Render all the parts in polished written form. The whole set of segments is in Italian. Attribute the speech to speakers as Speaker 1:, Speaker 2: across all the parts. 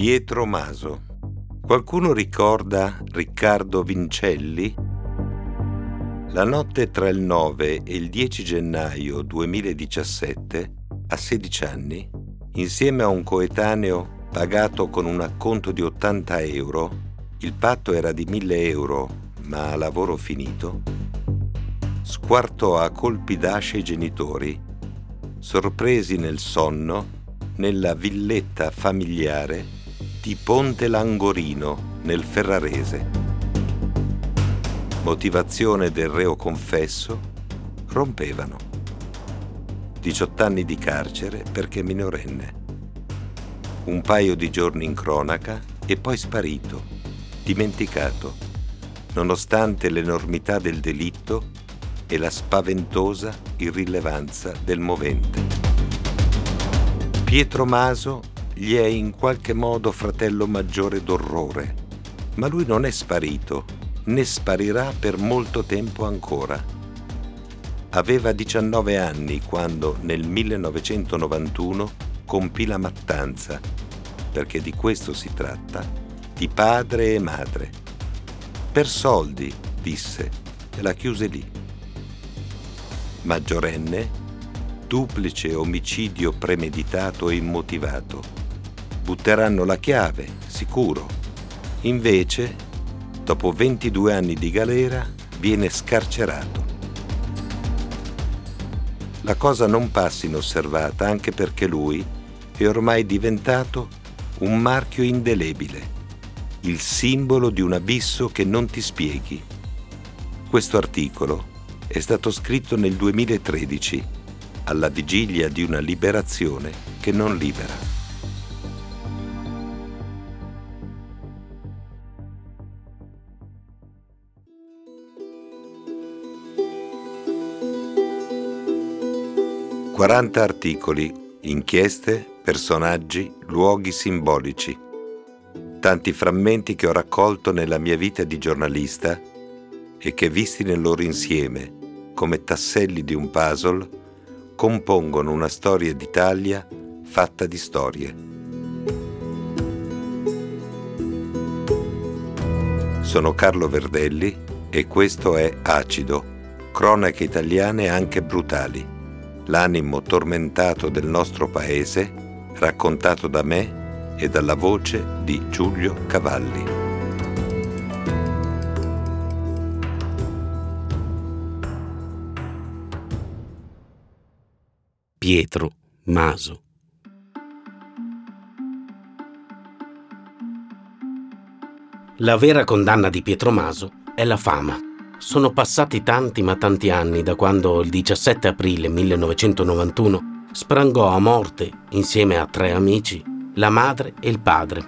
Speaker 1: Pietro Maso. Qualcuno ricorda Riccardo Vincelli? La notte tra il 9 e il 10 gennaio 2017, a 16 anni, insieme a un coetaneo pagato con un acconto di 80 euro, il patto era di 1.000 euro, ma a lavoro finito, squartò a colpi d'ascia i genitori, sorpresi nel sonno, nella villetta familiare di Ponte Langorino, nel Ferrarese. Motivazione del reo confesso: rompevano. 18 anni di carcere perché minorenne. Un paio di giorni in cronaca e poi sparito, dimenticato, nonostante l'enormità del delitto e la spaventosa irrilevanza del movente. Pietro Maso gli è in qualche modo fratello maggiore d'orrore, ma lui non è sparito, né sparirà per molto tempo ancora. Aveva 19 anni quando nel 1991 compì la mattanza, perché di questo si tratta, di padre e madre. Per soldi, disse, e la chiuse lì. Maggiorenne, duplice omicidio premeditato e immotivato. Butteranno la chiave, sicuro. Invece, dopo 22 anni di galera, viene scarcerato. La cosa non passa inosservata anche perché lui è ormai diventato un marchio indelebile, il simbolo di un abisso che non ti spieghi. Questo articolo è stato scritto nel 2013, alla vigilia di una liberazione che non libera. Quaranta articoli, inchieste, personaggi, luoghi simbolici. Tanti frammenti che ho raccolto nella mia vita di giornalista e che, visti nel loro insieme, come tasselli di un puzzle, compongono una storia d'Italia fatta di storie. Sono Carlo Verdelli e questo è Acido, cronache italiane anche brutali. L'animo tormentato del nostro paese, raccontato da me e dalla voce di Giulio Cavalli.
Speaker 2: Pietro Maso. La vera condanna di Pietro Maso è la fama. Sono passati tanti ma tanti anni da quando il 17 aprile 1991 sprangò a morte, insieme a 3 amici, la madre e il padre.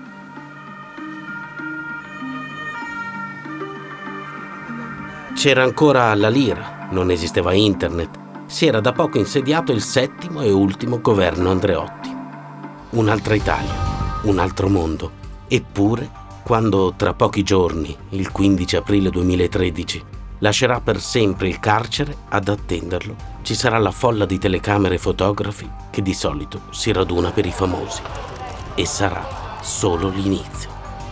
Speaker 2: C'era ancora la lira, non esisteva internet, si era da poco insediato il 7° e ultimo governo Andreotti. Un'altra Italia, un altro mondo. Eppure, quando tra pochi giorni, il 15 aprile 2013, lascerà per sempre il carcere, ad attenderlo ci sarà la folla di telecamere e fotografi che di solito si raduna per i famosi. E sarà solo l'inizio.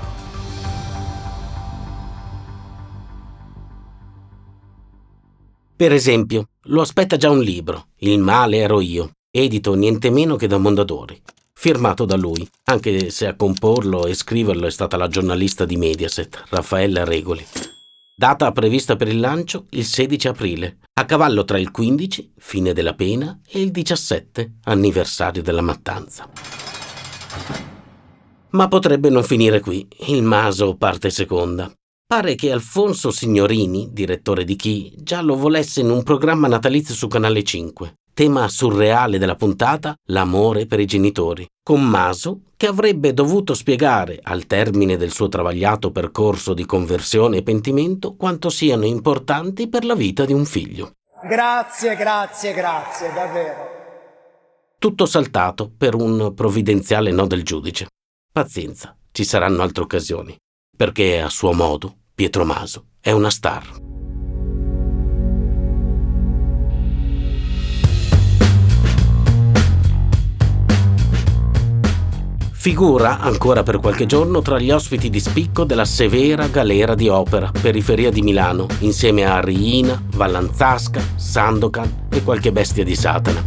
Speaker 2: Per esempio, lo aspetta già un libro, Il male ero io, edito niente meno che da Mondadori. Firmato da lui, anche se a comporlo e scriverlo è stata la giornalista di Mediaset, Raffaella Regoli. Data prevista per il lancio il 16 aprile, a cavallo tra il 15, fine della pena, e il 17, anniversario della mattanza. Ma potrebbe non finire qui, il Maso parte seconda. Pare che Alfonso Signorini, direttore di Chi, già lo volesse in un programma natalizio su Canale 5. Tema surreale della puntata, l'amore per i genitori, con Maso che avrebbe dovuto spiegare, al termine del suo travagliato percorso di conversione e pentimento, quanto siano importanti per la vita di un figlio.
Speaker 3: Grazie, davvero.
Speaker 2: Tutto saltato per un provvidenziale no del giudice. Pazienza, ci saranno altre occasioni, perché a suo modo Pietro Maso è una star. Figura ancora per qualche giorno tra gli ospiti di spicco della severa galera di Opera, periferia di Milano, insieme a Riina, Vallanzasca, Sandokan e qualche bestia di Satana.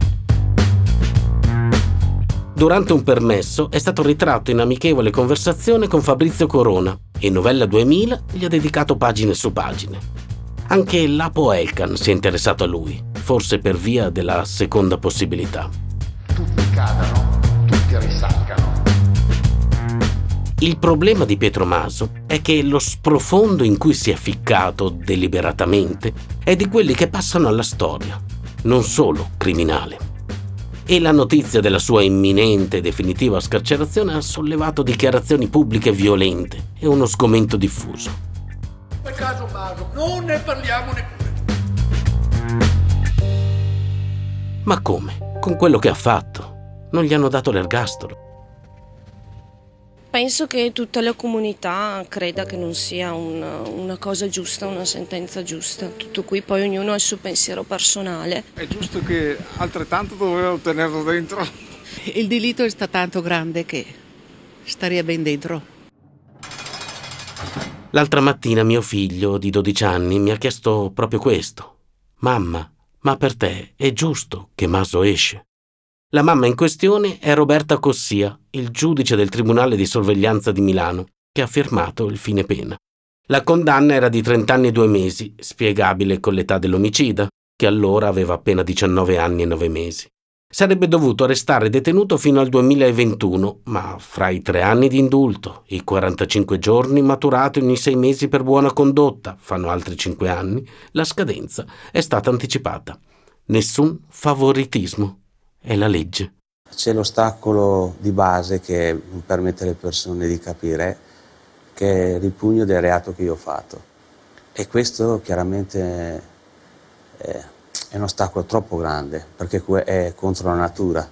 Speaker 2: Durante un permesso è stato ritratto in amichevole conversazione con Fabrizio Corona e Novella 2000 gli ha dedicato pagine su pagine. Anche Lapo Elkan si è interessato a lui, forse per via della seconda possibilità.
Speaker 4: Tutti cadano, tutti risalgano.
Speaker 2: Il problema di Pietro Maso è che lo sprofondo in cui si è ficcato deliberatamente è di quelli che passano alla storia, non solo criminale. E la notizia della sua imminente e definitiva scarcerazione ha sollevato dichiarazioni pubbliche violente e uno sgomento diffuso.
Speaker 4: Nel caso Maso, non ne parliamo neppure.
Speaker 2: Ma come? Con quello che ha fatto? Non gli hanno dato l'ergastolo.
Speaker 5: Penso che tutta la comunità creda che non sia una cosa giusta, una sentenza giusta. Tutto qui, poi ognuno ha il suo pensiero personale.
Speaker 6: È giusto che altrettanto dovevano tenerlo dentro.
Speaker 7: Il delitto sta tanto grande che staria ben dentro.
Speaker 2: L'altra mattina mio figlio di 12 anni mi ha chiesto proprio questo. Mamma, ma per te è giusto che Maso esce? La mamma in questione è Roberta Cossia, il giudice del Tribunale di Sorveglianza di Milano, che ha firmato il fine pena. La condanna era di 30 anni e 2 mesi, spiegabile con l'età dell'omicida, che allora aveva appena 19 anni e 9 mesi. Sarebbe dovuto restare detenuto fino al 2021, ma fra i 3 anni di indulto, i 45 giorni maturati ogni 6 mesi per buona condotta, fanno altri 5 anni, la scadenza è stata anticipata. Nessun favoritismo. È la legge.
Speaker 8: C'è l'ostacolo di base che non permette alle persone di capire che è il ripugno del reato che io ho fatto. E questo chiaramente è un ostacolo troppo grande, perché è contro la natura.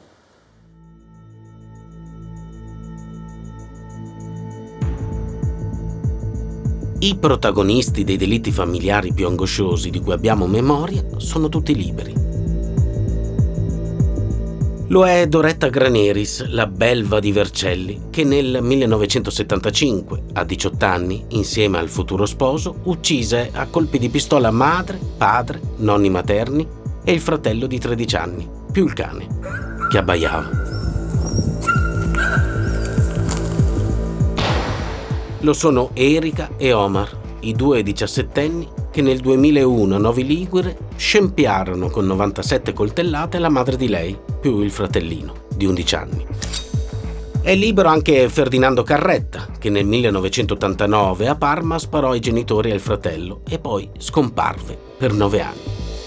Speaker 2: I protagonisti dei delitti familiari più angosciosi di cui abbiamo memoria sono tutti liberi. Lo è Doretta Graneris, la belva di Vercelli, che nel 1975, a 18 anni, insieme al futuro sposo, uccise a colpi di pistola madre, padre, nonni materni e il fratello di 13 anni, più il cane, che abbaiava. Lo sono Erika e Omar, i 2 diciassettenni che nel 2001 a Novi Ligure scempiarono con 97 coltellate la madre di lei, più il fratellino, di 11 anni. È libero anche Ferdinando Carretta, che nel 1989 a Parma sparò ai genitori e al fratello e poi scomparve per 9 anni.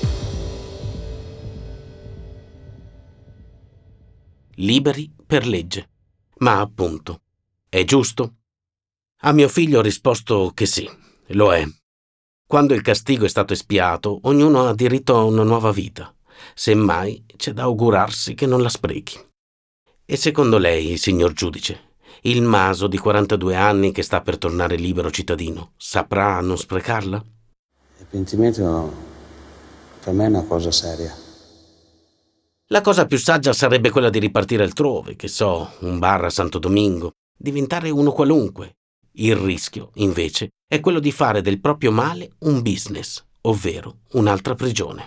Speaker 2: Liberi per legge. Ma appunto, è giusto? A mio figlio ho risposto che sì, lo è. Quando il castigo è stato espiato, ognuno ha diritto a una nuova vita. Semmai c'è da augurarsi che non la sprechi. E secondo lei, signor giudice, il Maso di 42 anni che sta per tornare libero cittadino saprà non sprecarla?
Speaker 8: Il pentimento per me è una cosa seria.
Speaker 2: La cosa più saggia sarebbe quella di ripartire altrove, che so, un bar a Santo Domingo, diventare uno qualunque. Il rischio, invece, è quello di fare del proprio male un business, ovvero un'altra prigione.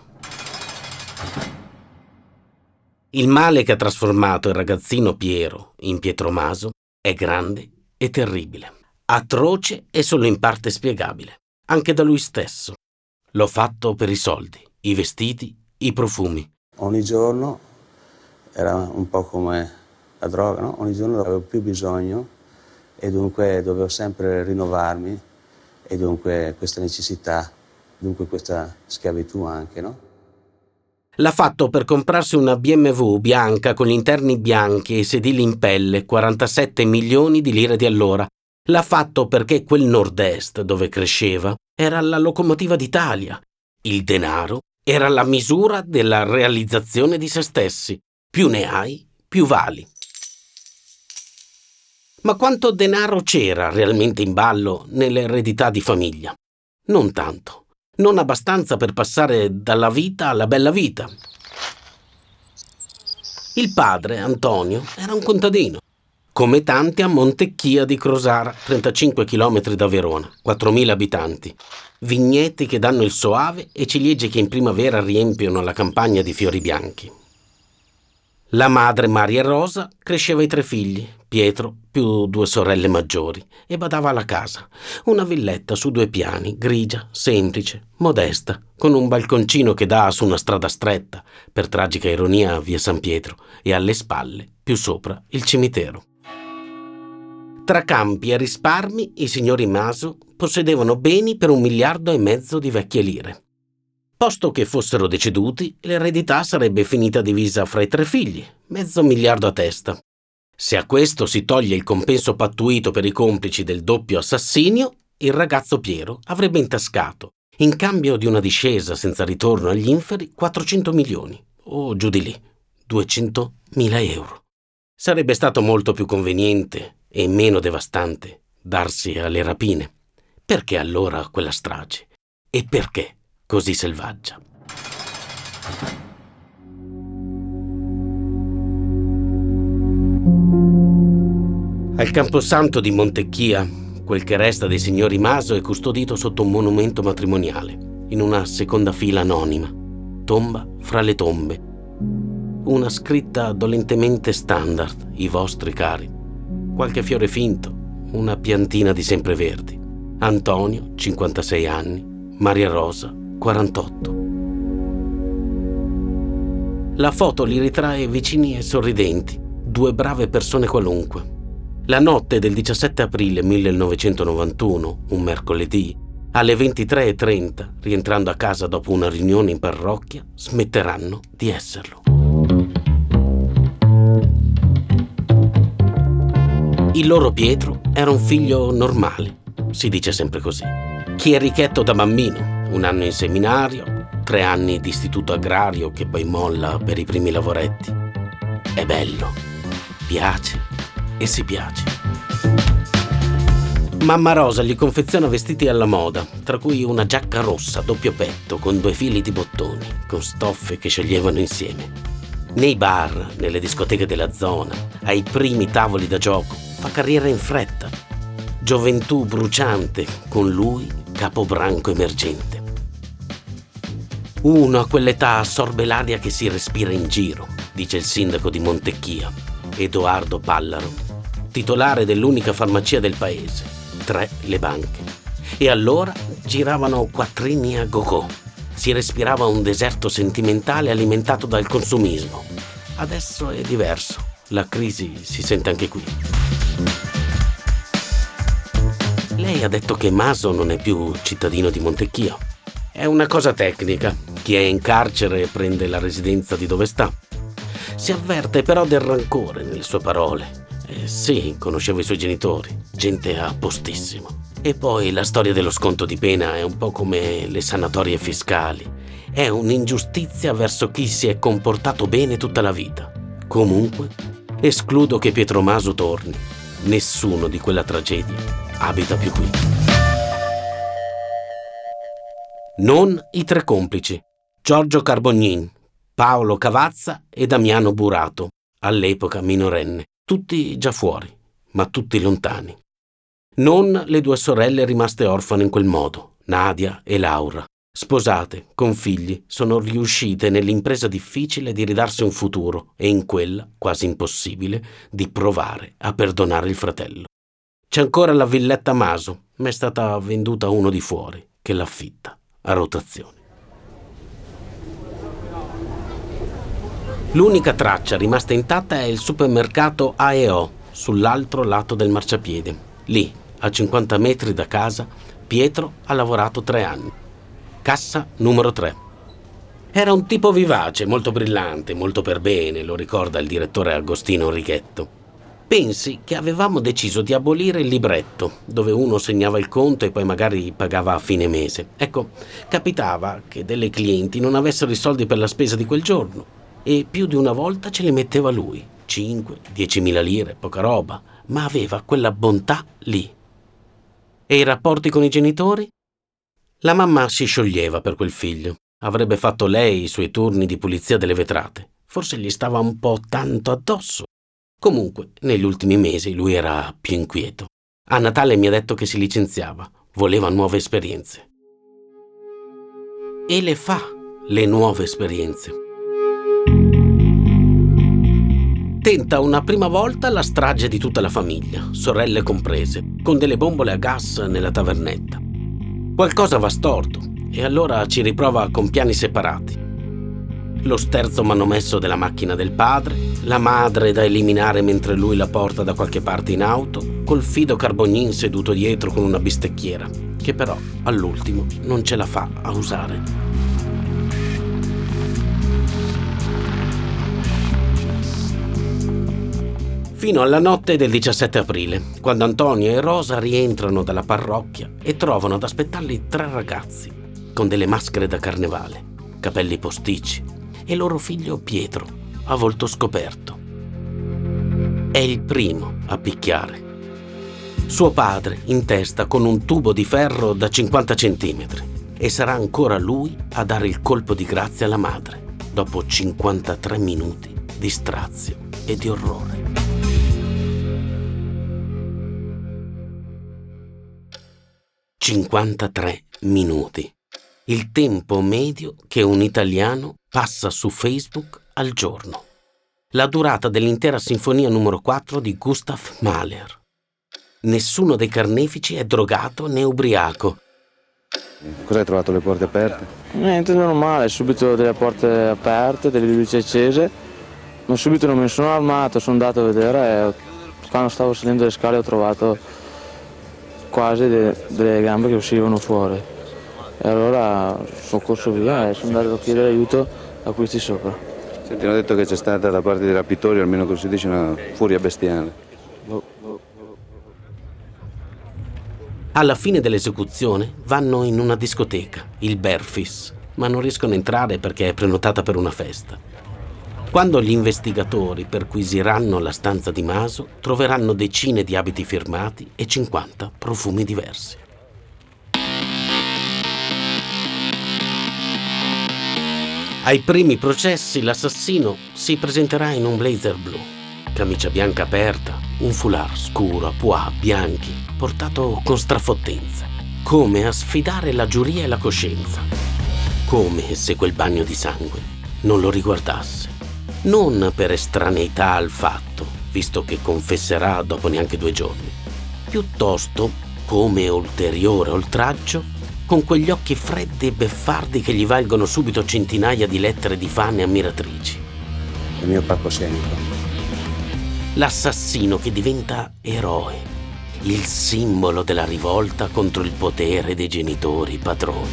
Speaker 2: Il male che ha trasformato il ragazzino Piero in Pietro Maso è grande e terribile, atroce e solo in parte spiegabile, anche da lui stesso. L'ho fatto per i soldi, i vestiti, i profumi.
Speaker 8: Ogni giorno era un po' come la droga, no? Ogni giorno avevo più bisogno e dunque dovevo sempre rinnovarmi e dunque questa necessità, dunque questa schiavitù anche, no?
Speaker 2: L'ha fatto per comprarsi una BMW bianca con gli interni bianchi e i sedili in pelle, 47 milioni di lire di allora. L'ha fatto perché quel nord-est dove cresceva era la locomotiva d'Italia. Il denaro era la misura della realizzazione di se stessi. Più ne hai, più vali. Ma quanto denaro c'era realmente in ballo nell'eredità di famiglia? Non tanto. Non abbastanza per passare dalla vita alla bella vita. Il padre, Antonio, era un contadino. come tanti a Montecchia di Crosara, 35 km da Verona, 4.000 abitanti. Vigneti che danno il soave e ciliegie che in primavera riempiono la campagna di fiori bianchi. La madre, Maria Rosa, cresceva i 3 figli, Pietro più 2 sorelle maggiori, e badava alla casa. Una villetta su 2 piani, grigia, semplice, modesta, con un balconcino che dà su una strada stretta, per tragica ironia via San Pietro, e alle spalle, più sopra, il cimitero. Tra campi e risparmi, i signori Maso possedevano beni per 1,5 miliardi di vecchie lire. Posto che fossero deceduti, l'eredità sarebbe finita divisa fra i 3 figli, 0,5 miliardi a testa. Se a questo si toglie il compenso pattuito per i complici del doppio assassinio, il ragazzo Piero avrebbe intascato, in cambio di una discesa senza ritorno agli inferi, 400 milioni, o giù di lì, 200.000 euro. Sarebbe stato molto più conveniente e meno devastante darsi alle rapine. Perché allora quella strage? E perché così selvaggia? Al camposanto di Montecchia, quel che resta dei signori Maso è custodito sotto un monumento matrimoniale, in una seconda fila anonima, tomba fra le tombe. Una scritta dolentemente standard, i vostri cari. Qualche fiore finto, una piantina di sempreverdi. Antonio, 56 anni, Maria Rosa, 48. La foto li ritrae vicini e sorridenti, 2 brave persone qualunque. La notte del 17 aprile 1991, un mercoledì, alle 23:30, rientrando a casa dopo una riunione in parrocchia, smetteranno di esserlo. Il loro Pietro era un figlio normale, si dice sempre così. Chierichetto da bambino, 1 anno in seminario, 3 anni di istituto agrario che poi molla per i primi lavoretti. È bello, piace e si piace. Mamma Rosa gli confeziona vestiti alla moda, tra cui una giacca rossa a doppio petto con 2 fili di bottoni, con stoffe che sceglievano insieme. Nei bar, nelle discoteche della zona, ai primi tavoli da gioco, fa carriera in fretta. Gioventù bruciante, con lui capobranco emergente. Uno a quell'età assorbe l'aria che si respira in giro, dice il sindaco di Montecchia, Edoardo Pallaro, titolare dell'unica farmacia del paese, 3 le banche. E allora giravano quattrini a go-go. Si respirava un deserto sentimentale alimentato dal consumismo. Adesso è diverso, la crisi si sente anche qui. Lei ha detto che Maso non è più cittadino di Montecchia. È una cosa tecnica. Chi è in carcere prende la residenza di dove sta. Si avverte però del rancore nelle sue parole. Sì, conoscevo i suoi genitori, gente a postissimo. E poi la storia dello sconto di pena è un po' come le sanatorie fiscali. È un'ingiustizia verso chi si è comportato bene tutta la vita. Comunque, escludo che Pietro Maso torni. Nessuno di quella tragedia abita più qui. Non i 3 complici, Giorgio Carbognin, Paolo Cavazza e Damiano Burato, all'epoca minorenne, tutti già fuori, ma tutti lontani. Non le 2 sorelle rimaste orfane in quel modo, Nadia e Laura, sposate, con figli, sono riuscite nell'impresa difficile di ridarsi un futuro e in quella, quasi impossibile, di provare a perdonare il fratello. C'è ancora la villetta Maso, ma è stata venduta a uno di fuori, che l'affitta a rotazione. L'unica traccia rimasta intatta è il supermercato A&O, sull'altro lato del marciapiede. Lì, a 50 metri da casa, Pietro ha lavorato 3 anni. Cassa numero 3. Era un tipo vivace, molto brillante, molto per bene, lo ricorda il direttore Agostino Righetto. Pensi che avevamo deciso di abolire il libretto, dove uno segnava il conto e poi magari pagava a fine mese. Ecco, capitava che delle clienti non avessero i soldi per la spesa di quel giorno e più di una volta ce li metteva lui. 5-10.000 lire, poca roba, ma aveva quella bontà lì. E i rapporti con i genitori? La mamma si scioglieva per quel figlio. Avrebbe fatto lei i suoi turni di pulizia delle vetrate. Forse gli stava un po' tanto addosso. Comunque, negli ultimi mesi lui era più inquieto. A Natale mi ha detto che si licenziava, voleva nuove esperienze. E le fa, le nuove esperienze. Tenta una prima volta la strage di tutta la famiglia, sorelle comprese, con delle bombole a gas nella tavernetta. Qualcosa va storto e allora ci riprova con piani separati. Lo sterzo manomesso della macchina del padre, la madre da eliminare mentre lui la porta da qualche parte in auto, col Fido Carbognin seduto dietro con una bistecchiera, che però all'ultimo non ce la fa a usare. Fino alla notte del 17 aprile, quando Antonio e Rosa rientrano dalla parrocchia e trovano ad aspettarli 3 ragazzi, con delle maschere da carnevale, capelli posticci, e loro figlio Pietro, a volto scoperto. È il primo a picchiare. Suo padre in testa con un tubo di ferro da 50 centimetri e sarà ancora lui a dare il colpo di grazia alla madre, dopo 53 minuti di strazio e di orrore. «53 minuti. Il tempo medio che un italiano passa su Facebook al giorno. La durata dell'intera sinfonia numero 4 di Gustav Mahler. Nessuno dei carnefici è drogato né ubriaco.
Speaker 9: Cosa hai trovato, le porte aperte?
Speaker 10: Niente, normale, subito delle porte aperte, delle luci accese, ma subito non mi sono armato, sono andato a vedere e quando stavo salendo le scale ho trovato quasi delle gambe che uscivano fuori. E allora sono corso via e sono andato a chiedere aiuto a questi sopra.
Speaker 9: Senti, hanno detto che c'è stata da parte dei rapitori, almeno così si dice, una furia bestiale.
Speaker 2: Alla fine dell'esecuzione vanno in una discoteca, il Berfis, ma non riescono a entrare perché è prenotata per una festa. Quando gli investigatori perquisiranno la stanza di Maso, troveranno decine di abiti firmati e 50 profumi diversi. Ai primi processi l'assassino si presenterà in un blazer blu, camicia bianca aperta, un foulard scuro a pois bianchi, portato con strafottenza, come a sfidare la giuria e la coscienza, come se quel bagno di sangue non lo riguardasse, non per estraneità al fatto, visto che confesserà dopo neanche 2 giorni, piuttosto come ulteriore oltraggio con quegli occhi freddi e beffardi che gli valgono subito centinaia di lettere di fan e ammiratrici.
Speaker 8: Il mio palcoscenico.
Speaker 2: L'assassino che diventa eroe, il simbolo della rivolta contro il potere dei genitori padroni.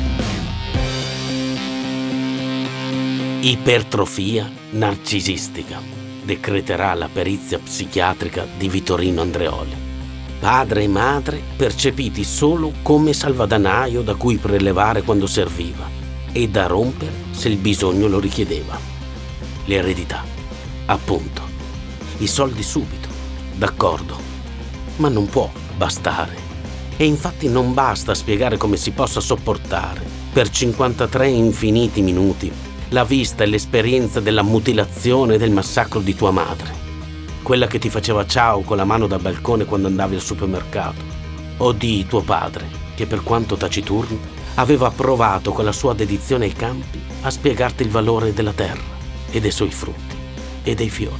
Speaker 2: Ipertrofia narcisistica, decreterà la perizia psichiatrica di Vittorino Andreoli. Padre e madre percepiti solo come salvadanaio da cui prelevare quando serviva e da rompere se il bisogno lo richiedeva. L'eredità, appunto. I soldi subito, d'accordo, ma non può bastare. E infatti non basta spiegare come si possa sopportare, per 53 infiniti minuti, la vista e l'esperienza della mutilazione e del massacro di tua madre. Quella che ti faceva ciao con la mano da balcone quando andavi al supermercato, o di tuo padre, che per quanto taciturno aveva provato con la sua dedizione ai campi a spiegarti il valore della terra e dei suoi frutti e dei fiori.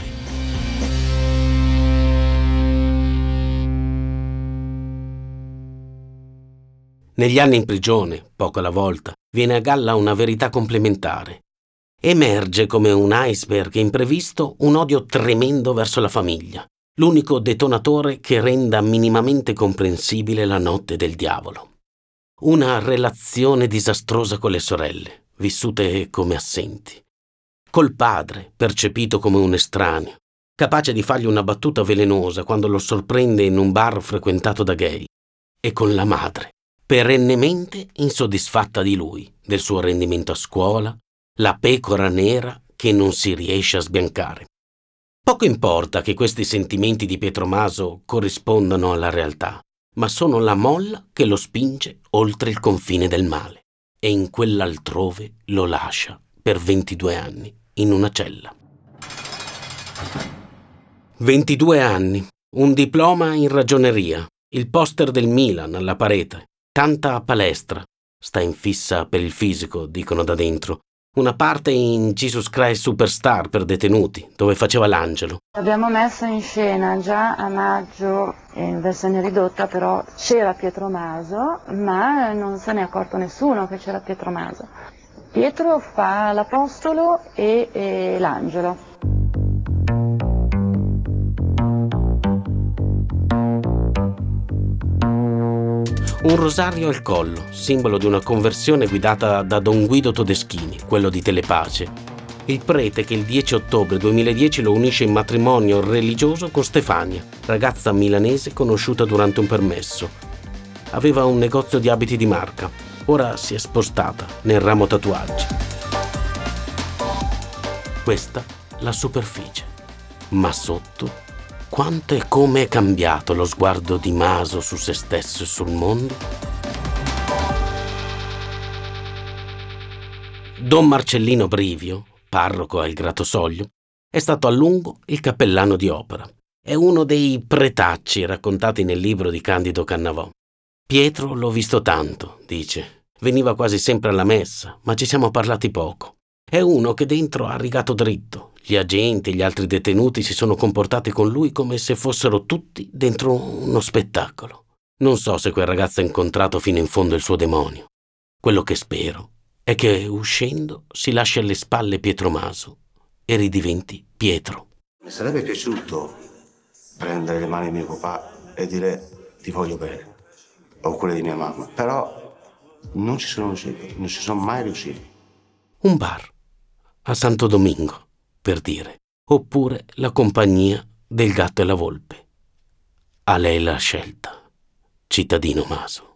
Speaker 2: Negli anni in prigione, poco alla volta, viene a galla una verità complementare. Emerge come un iceberg imprevisto un odio tremendo verso la famiglia, l'unico detonatore che renda minimamente comprensibile la notte del diavolo. Una relazione disastrosa con le sorelle, vissute come assenti. Col padre, percepito come un estraneo, capace di fargli una battuta velenosa quando lo sorprende in un bar frequentato da gay. E con la madre, perennemente insoddisfatta di lui, del suo rendimento a scuola, la pecora nera che non si riesce a sbiancare. Poco importa che questi sentimenti di Pietro Maso corrispondano alla realtà, ma sono la molla che lo spinge oltre il confine del male e in quell'altrove lo lascia per 22 anni in una cella. 22 anni, un diploma in ragioneria, il poster del Milan alla parete, canta a palestra, sta in fissa per il fisico, dicono da dentro. Una parte in Jesus Christ Superstar per detenuti, dove faceva l'angelo.
Speaker 11: Abbiamo messo in scena già a maggio, in versione ridotta, però c'era Pietro Maso, ma non se ne è accorto nessuno che c'era Pietro Maso. Pietro fa l'apostolo e l'angelo.
Speaker 2: Un rosario al collo, simbolo di una conversione guidata da Don Guido Todeschini, quello di Telepace, il prete che il 10 ottobre 2010 lo unisce in matrimonio religioso con Stefania, ragazza milanese conosciuta durante un permesso. Aveva un negozio di abiti di marca, ora si è spostata nel ramo tatuaggi. Questa la superficie, ma sotto quanto e come è cambiato lo sguardo di Maso su se stesso e sul mondo? Don Marcellino Brivio, parroco al Gratosoglio, è stato a lungo il cappellano di opera. È uno dei pretacci raccontati nel libro di Candido Cannavò. Pietro l'ho visto tanto, dice. Veniva quasi sempre alla messa, ma ci siamo parlati poco. È uno che dentro ha rigato dritto. Gli agenti e gli altri detenuti si sono comportati con lui come se fossero tutti dentro uno spettacolo. Non so se quel ragazzo ha incontrato fino in fondo il suo demonio. Quello che spero è che uscendo si lasci alle spalle Pietro Maso e ridiventi Pietro.
Speaker 12: Mi sarebbe piaciuto prendere le mani di mio papà e dire ti voglio bene, o quelle di mia mamma, però non ci sono riusciti, non ci sono mai riusciti.
Speaker 2: Un bar a Santo Domingo, per dire, oppure la compagnia del gatto e la volpe. A lei la scelta, cittadino Maso.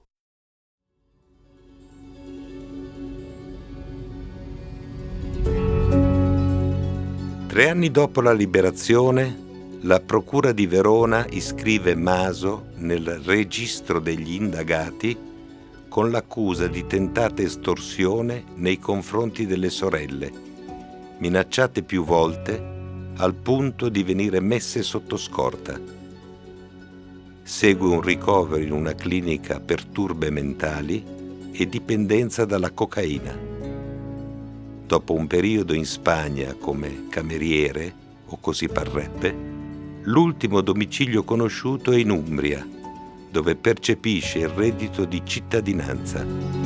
Speaker 1: Tre anni dopo la liberazione, la Procura di Verona iscrive Maso nel registro degli indagati con l'accusa di tentata estorsione nei confronti delle sorelle, minacciate più volte al punto di venire messe sotto scorta. Segue un ricovero in una clinica per turbe mentali e dipendenza dalla cocaina. Dopo un periodo in Spagna come cameriere, o così parrebbe, l'ultimo domicilio conosciuto è in Umbria, dove percepisce il reddito di cittadinanza.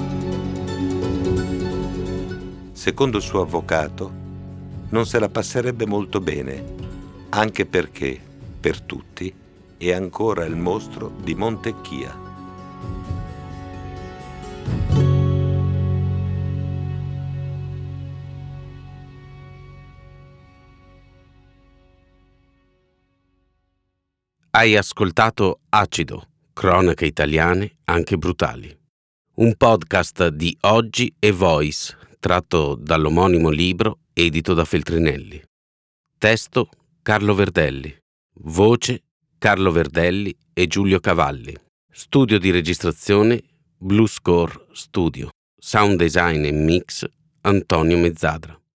Speaker 1: Secondo il suo avvocato, non se la passerebbe molto bene, anche perché, per tutti, è ancora il mostro di Montecchia.
Speaker 2: Hai ascoltato Acido, cronache italiane anche brutali. Un podcast di Oggi e Voice, tratto dall'omonimo libro edito da Feltrinelli. Testo Carlo Verdelli. Voce Carlo Verdelli e Giulio Cavalli. Studio di registrazione Blue Score Studio. Sound design e mix Antonio Mezzadra.